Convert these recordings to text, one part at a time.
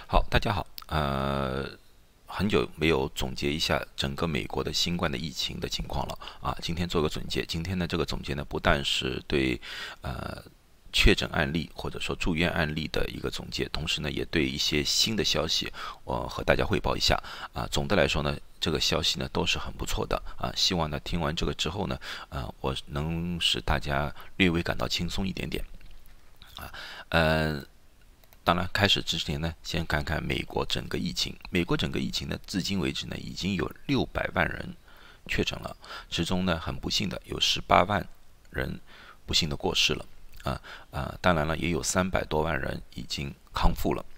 好，大家好，很久没有总结一下整个美国的新冠的疫情的情况了啊。今天做个总结，今天的这个总结呢，不但是对确诊案例或者说住院案例的一个总结，同时呢，也对一些新的消息，我和大家汇报一下啊。总的来说呢，这个消息呢都是很不错的啊。希望呢听完这个之后呢，我能使大家略微感到轻松一点点啊。当然，开始之前呢，先看看美国整个疫情。美国整个疫情呢，至今为止呢，已经有600万人确诊了，其中呢，很不幸的有18万人不幸的过世了。当然了，也有300多万人已经康复了。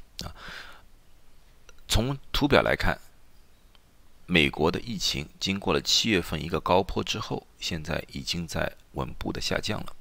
从图表来看，美国的疫情经过了7月份一个高坡之后，现在已经在稳步的下降了。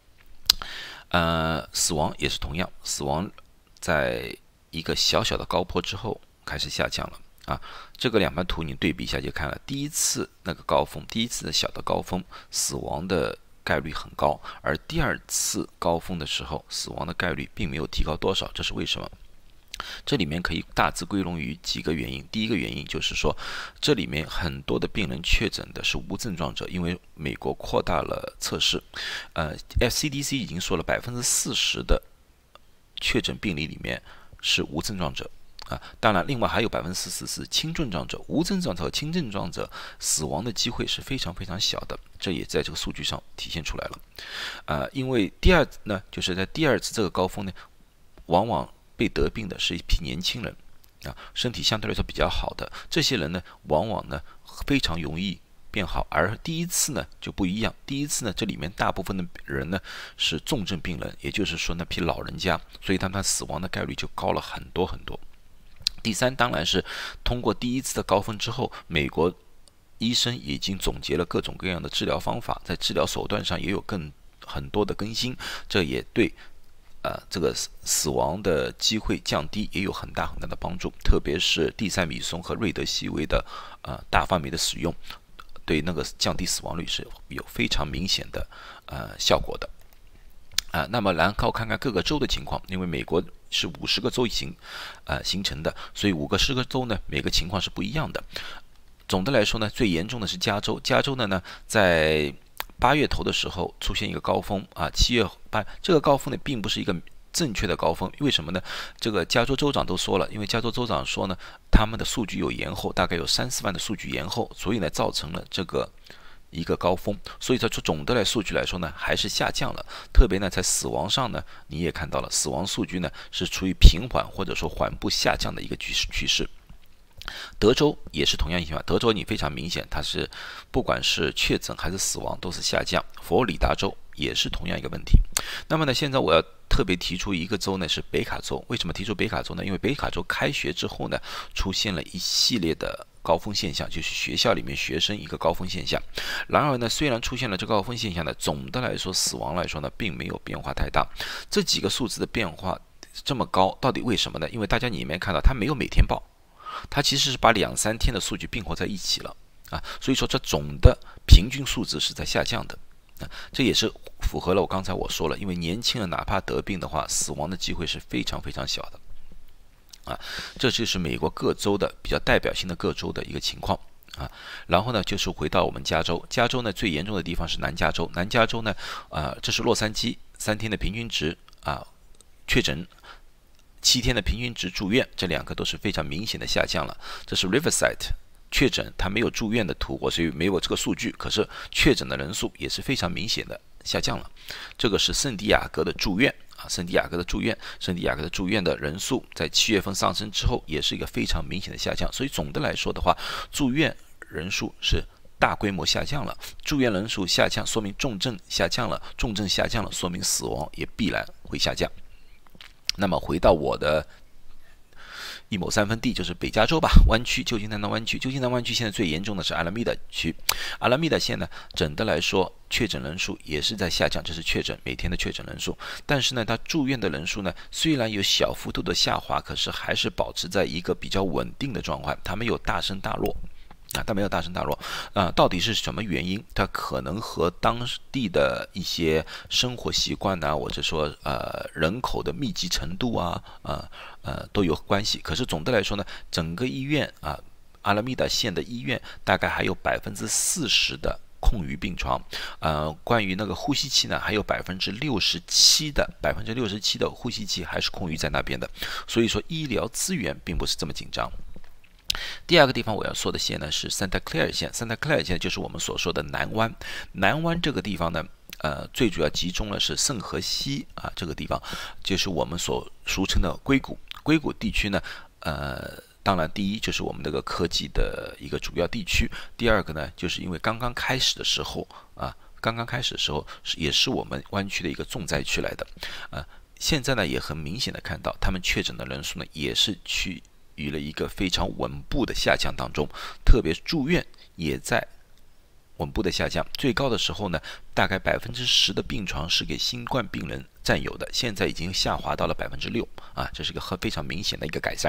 死亡也是同样，死亡在一个小小的高坡之后开始下降了啊。这个两张图你对比一下就看了，第一次那个高峰，第一次的小的高峰，死亡的概率很高，而第二次高峰的时候，死亡的概率并没有提高多少，这是为什么？这里面可以大致归拢于几个原因。第一个原因就是说，这里面很多的病人确诊的是无症状者，因为美国扩大了测试。CDC 已经说了40%的确诊病例里面是无症状者啊。当然，另外还有44%是轻症状者。无症状者和轻症状者死亡的机会是非常非常小的，这也在这个数据上体现出来了。因为第二呢，就是在第二次这个高峰呢，往往被得病的是一批年轻人啊，身体相对来说比较好的这些人呢，往往呢非常容易变好，而第一次呢就不一样。第一次呢，这里面大部分的人呢是重症病人，也就是说那批老人家，所以他们死亡的概率就高了很多很多。第三，当然是通过第一次的高峰之后，美国医生已经总结了各种各样的治疗方法，在治疗手段上也有很多的更新，这也对这个死亡的机会降低也有很大很大的帮助，特别是地塞米松和瑞德西韦的大范围的使用，对那个降低死亡率是有非常明显的效果的。那么然后看看各个州的情况，因为美国是50个州形成的，所以50个州呢，每个情况是不一样的。总的来说呢，最严重的是加州，加州呢在8月头的时候出现一个高峰啊，7月8这个高峰呢并不是一个正确的高峰，为什么呢？这个加州州长都说了，因为加州州长说呢，他们的数据有延后，大概有3、4万的数据延后，所以呢造成了这个一个高峰，所以说总的数据来说呢，还是下降了。特别呢，在死亡上呢，你也看到了，死亡数据呢是处于平缓或者说缓步下降的一个趋势。德州也是同样情况，德州你非常明显，它是不管是确诊还是死亡都是下降。佛罗里达州也是同样一个问题。那么呢，现在我要特别提出一个州呢，是北卡州。为什么提出北卡州呢？因为北卡州开学之后呢，出现了一系列的高峰现象，就是学校里面学生一个高峰现象。然而呢，虽然出现了这个高峰现象呢，总的来说死亡来说呢，并没有变化太大。这几个数字的变化这么高，到底为什么呢？因为大家里面看到它没有每天报。它其实是把2、3天的数据并合在一起了啊，所以说这总的平均数值是在下降的啊，这也是符合了我刚才我说了，因为年轻人哪怕得病的话，死亡的机会是非常非常小的啊，这就是美国各州的比较代表性的各州的一个情况啊。然后呢，就是回到我们加州，加州呢最严重的地方是南加州，南加州呢这是洛杉矶3天的平均值啊，确诊。7天的平均值住院，这两个都是非常明显的下降了。这是 Riverside 确诊，它没有住院的图，所以没有这个数据。可是确诊的人数也是非常明显的下降了。这个是圣地亚哥的住院啊，圣地亚哥的住院的人数在7月份上升之后，也是一个非常明显的下降。所以总的来说的话，住院人数是大规模下降了。住院人数下降，说明重症下降了，重症下降了，说明死亡也必然会下降。那么回到我的一亩3分地，就是北加州吧，湾区，旧金山的湾区。旧金山湾区现在最严重的是阿拉米达区，阿拉米达县呢，整的来说确诊人数也是在下降，这是确诊每天的确诊人数。但是呢，它住院的人数呢，虽然有小幅度的下滑，可是还是保持在一个比较稳定的状况，它没有大升大落啊，它没有大升大落，到底是什么原因？它可能和当地的一些生活习惯呐，或者说人口的密集程度啊，都有关系。可是总的来说呢，整个医院啊，阿拉米达县的医院大概还有40%的空余病床，关于那个呼吸器呢，还有67%的呼吸器还是空余在那边的，所以说医疗资源并不是这么紧张。第二个地方我要说的县呢是 Santa Clara 县 ，Santa Clara 县就是我们所说的南湾。南湾这个地方呢，最主要集中的是圣荷西啊这个地方，就是我们所俗称的硅谷。硅谷地区呢，当然，第一就是我们这个科技的一个主要地区。第二个呢，就是因为刚刚开始的时候也是我们湾区的一个重灾区来的。现在呢也很明显的看到，他们确诊的人数呢也是趋于了一个非常稳步的下降当中，特别住院也在稳步的下降。最高的时候呢，大概10%的病床是给新冠病人占有的，现在已经下滑到了6%啊，这是一个非常明显的一个改善。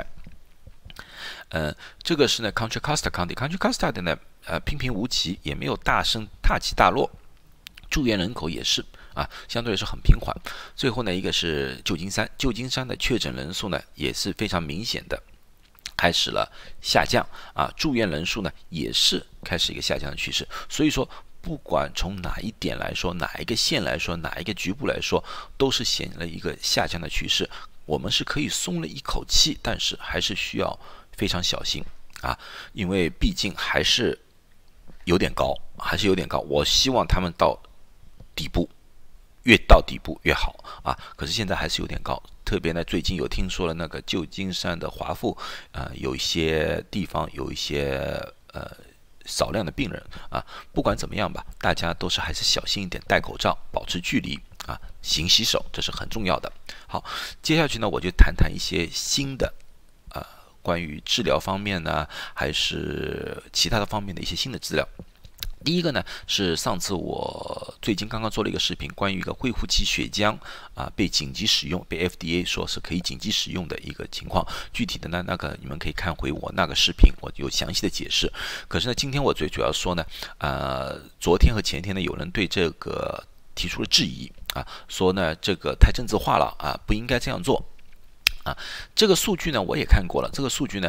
这个是呢 Contra Costa County，Contra Costa 的呢，平平无奇，也没有大起大落，住院人口也是相对来说很平缓。最后呢，一个是旧金山，旧金山的确诊人数呢也是非常明显的开始了下降住院人数呢也是开始一个下降的趋势。所以说，不管从哪一点来说，哪一个县来说，哪一个局部来说，都是显了一个下降的趋势。我们是可以松了一口气，但是还是需要非常小心因为毕竟还是有点高，我希望他们到底部，越到底部越好可是现在还是有点高，特别呢，最近有听说了那个旧金山的华埠有一些地方有一些少量的病人不管怎么样吧，大家都是还是小心一点，戴口罩，保持距离勤洗手，这是很重要的。好，接下去呢，我就谈谈一些新的关于治疗方面呢，还是其他的方面的一些新的资料。第一个呢是上次我最近刚刚做了一个视频，关于一个恢复期血浆被紧急使用，被 FDA 说是可以紧急使用的一个情况。具体的呢，那个你们可以看回我那个视频，我有详细的解释。可是呢，今天我最主要说呢，昨天和前天呢，有人对这个提出了质疑说呢这个太政治化了不应该这样做这个数据呢我也看过了，这个数据呢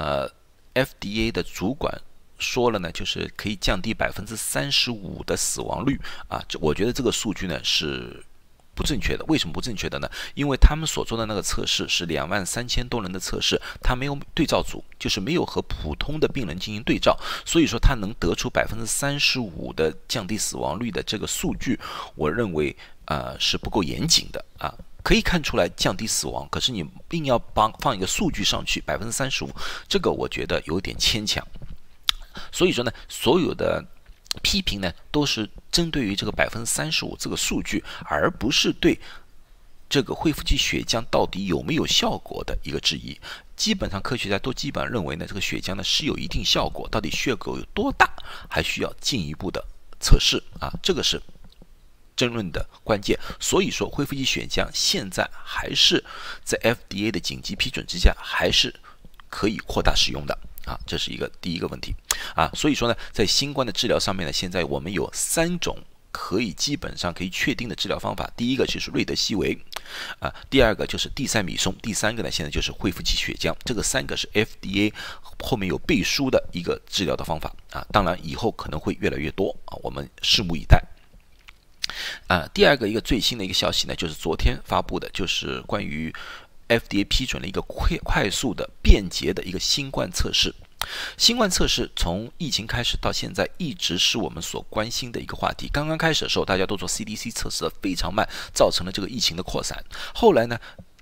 FDA 的主管说了呢，就是可以降低35%的死亡率我觉得这个数据呢是不正确的。为什么不正确的呢？因为他们所做的那个测试是23000多人的测试，他没有对照组，就是没有和普通的病人进行对照，所以说他能得出35%的降低死亡率的这个数据，我认为是不够严谨的可以看出来降低死亡，可是你硬要放一个数据上去35%，这个我觉得有点牵强。所以说呢，所有的批评呢都是针对于这个35%这个数据，而不是对这个恢复期血浆到底有没有效果的一个质疑。基本上科学家都基本上认为呢，这个血浆呢是有一定效果，到底效果有多大，还需要进一步的测试这个是争论的关键。所以说，恢复期血浆现在还是在 FDA 的紧急批准之下，还是可以扩大使用的这是第一个问题所以说呢，在新冠的治疗上面呢，现在我们有3种基本上可以确定的治疗方法。第一个就是瑞德西韦第二个就是地塞米松，第三个呢现在就是恢复期血浆。这个3个是 FDA 后面有背书的一个治疗的方法当然以后可能会越来越多我们拭目以待。第二个一个最新的一个消息呢，就是昨天发布的，就是关于 FDA 批准了一个快速的便捷的一个新冠测试。新冠测试从疫情开始到现在一直是我们所关心的一个话题。刚刚开始的时候，大家都做 CDC 测试的非常慢，造成了这个疫情的扩散。后来呢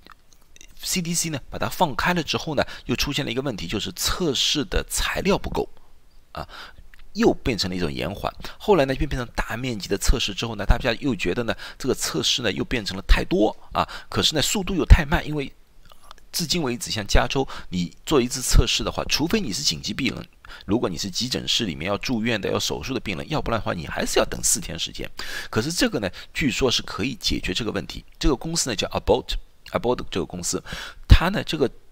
，CDC 呢把它放开了之后呢，又出现了一个问题，就是测试的材料不够又变成了一种延缓。后来呢，变成大面积的测试之后呢，大家又觉得呢，这个测试呢又变成了太多可是呢速度又太慢，因为至今为止，像加州，你做一次测试的话，除非你是紧急病人，如果你是急诊室里面要住院的、要手术的病人，要不然的话，你还是要等4天时间。可是这个呢，据说是可以解决这个问题。这个公司呢叫 Abbott 这个公司，它呢这个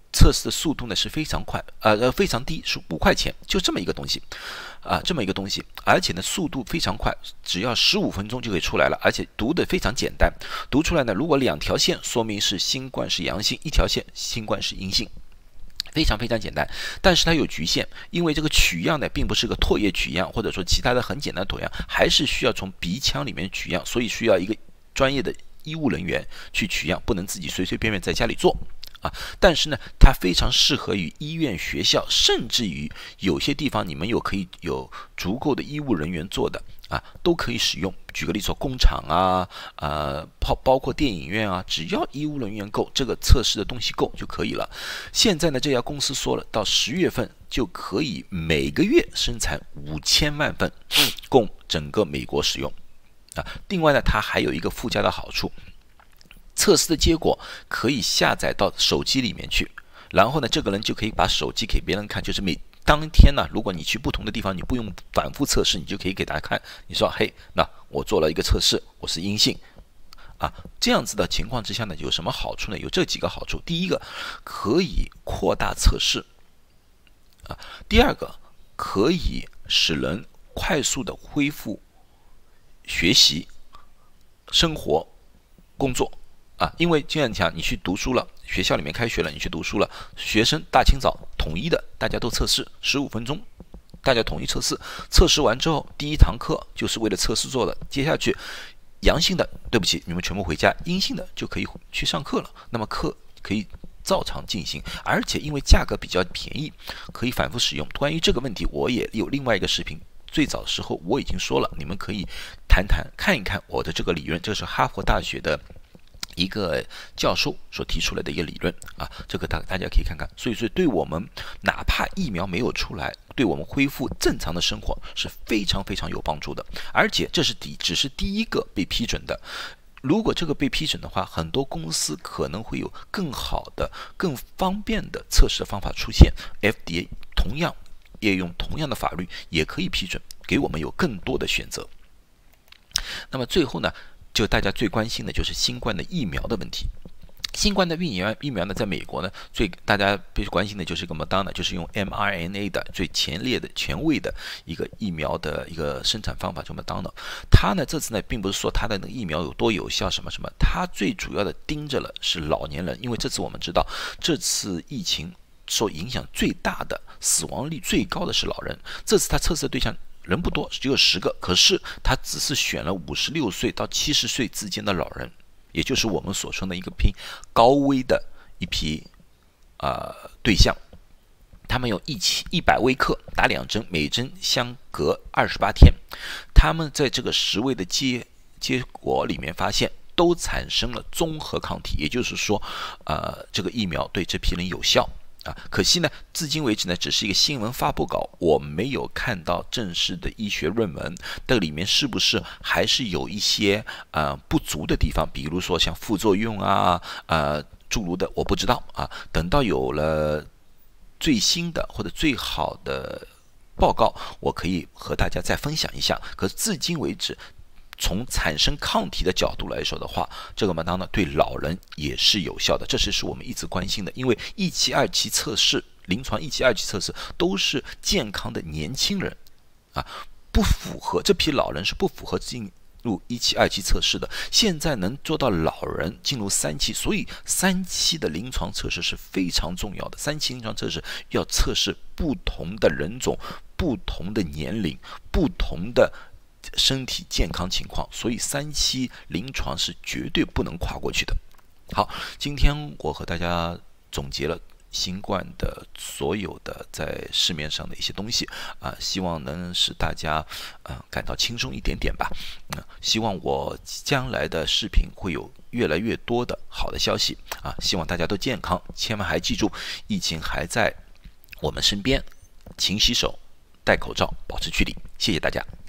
测试的速度呢是非常快，非常低，是5块钱，就这么一个东西，这么一个东西，而且呢速度非常快，只要15分钟就可以出来了，而且读的非常简单，读出来呢，如果2条线说明是新冠是阳性，1条线新冠是阴性。非常非常简单，但是它有局限，因为这个取样呢，并不是个唾液取样，或者说其他的很简单的唾样，还是需要从鼻腔里面取样，所以需要一个专业的医务人员去取样，不能自己随随便便在家里做。但是呢，它非常适合于医院、学校，甚至于有些地方你们可以有足够的医务人员做的都可以使用。举个例子说，工厂包括电影院只要医务人员够，这个测试的东西够就可以了。现在呢，这家公司说了，到10月份就可以每个月生产5000万份，供整个美国使用。另外呢，它还有一个附加的好处。测试的结果可以下载到手机里面去，然后呢，这个人就可以把手机给别人看，就是当天呢，如果你去不同的地方，你不用反复测试，你就可以给大家看，你说嘿，那我做了一个测试，我是阴性这样子的情况之下呢，有什么好处呢？有这几个好处。第一个，可以扩大测试第二个，可以使人快速的恢复学习、生活、工作。因为这样讲，你去读书了，学校里面开学了，你去读书了，学生大清早统一的，大家都测试15分钟，大家统一测试，测试完之后，第1堂课就是为了测试做的，接下去阳性的，对不起，你们全部回家，阴性的就可以去上课了，那么课可以照常进行，而且因为价格比较便宜，可以反复使用。关于这个问题，我也有另外一个视频。最早时候我已经说了，你们可以看一看我的这个理论，这是哈佛大学的一个教授所提出来的一个理论这个大家可以看看。所以说，对我们哪怕疫苗没有出来，对我们恢复正常的生活是非常非常有帮助的。而且这是只是第一个被批准的。如果这个被批准的话，很多公司可能会有更好的、更方便的测试的方法出现。FDA 同样也用同样的法律也可以批准，给我们有更多的选择。那么最后呢，就大家最关心的就是新冠的疫苗的问题。新冠的疫苗呢，在美国呢，大家最关心的就是个 Moderna， 就是用 mRNA 的最前卫的一个疫苗的一个生产方法，叫 Moderna。它呢，这次呢，并不是说它的那个疫苗有多有效什么什么，它最主要的盯着了是老年人，因为这次我们知道，这次疫情受影响最大的、死亡率最高的是老人。这次它测试的对象人不多，只有10个，可是他只是选了56岁到70岁之间的老人，也就是我们所说的一个偏高危的一批对象。他们用100微克打2针，每针相隔28天。他们在这个10位的结果里面发现，都产生了综合抗体，也就是说，这个疫苗对这批人有效。可惜呢，至今为止呢，只是一个新闻发布稿，我没有看到正式的医学论文。这里面是不是还是有一些不足的地方？比如说像副作用诸如的，我不知道等到有了最新的或者最好的报告，我可以和大家再分享一下。可是至今为止，从产生抗体的角度来说的话，这个Moderna对老人也是有效的，这是我们一直关心的。因为1期、2期测试，临床1期、2期测试都是健康的年轻人不符合这批老人是不符合进入1期、2期测试的。现在能做到老人进入3期，所以3期的临床测试是非常重要的。3期临床测试要测试不同的人种、不同的年龄、不同的身体健康情况，所以3期临床是绝对不能跨过去的。好，今天我和大家总结了新冠的所有的在市面上的一些东西希望能使大家感到轻松一点点吧。希望我将来的视频会有越来越多的好的消息希望大家都健康，千万还记住，疫情还在我们身边，勤洗手，戴口罩，保持距离。谢谢大家。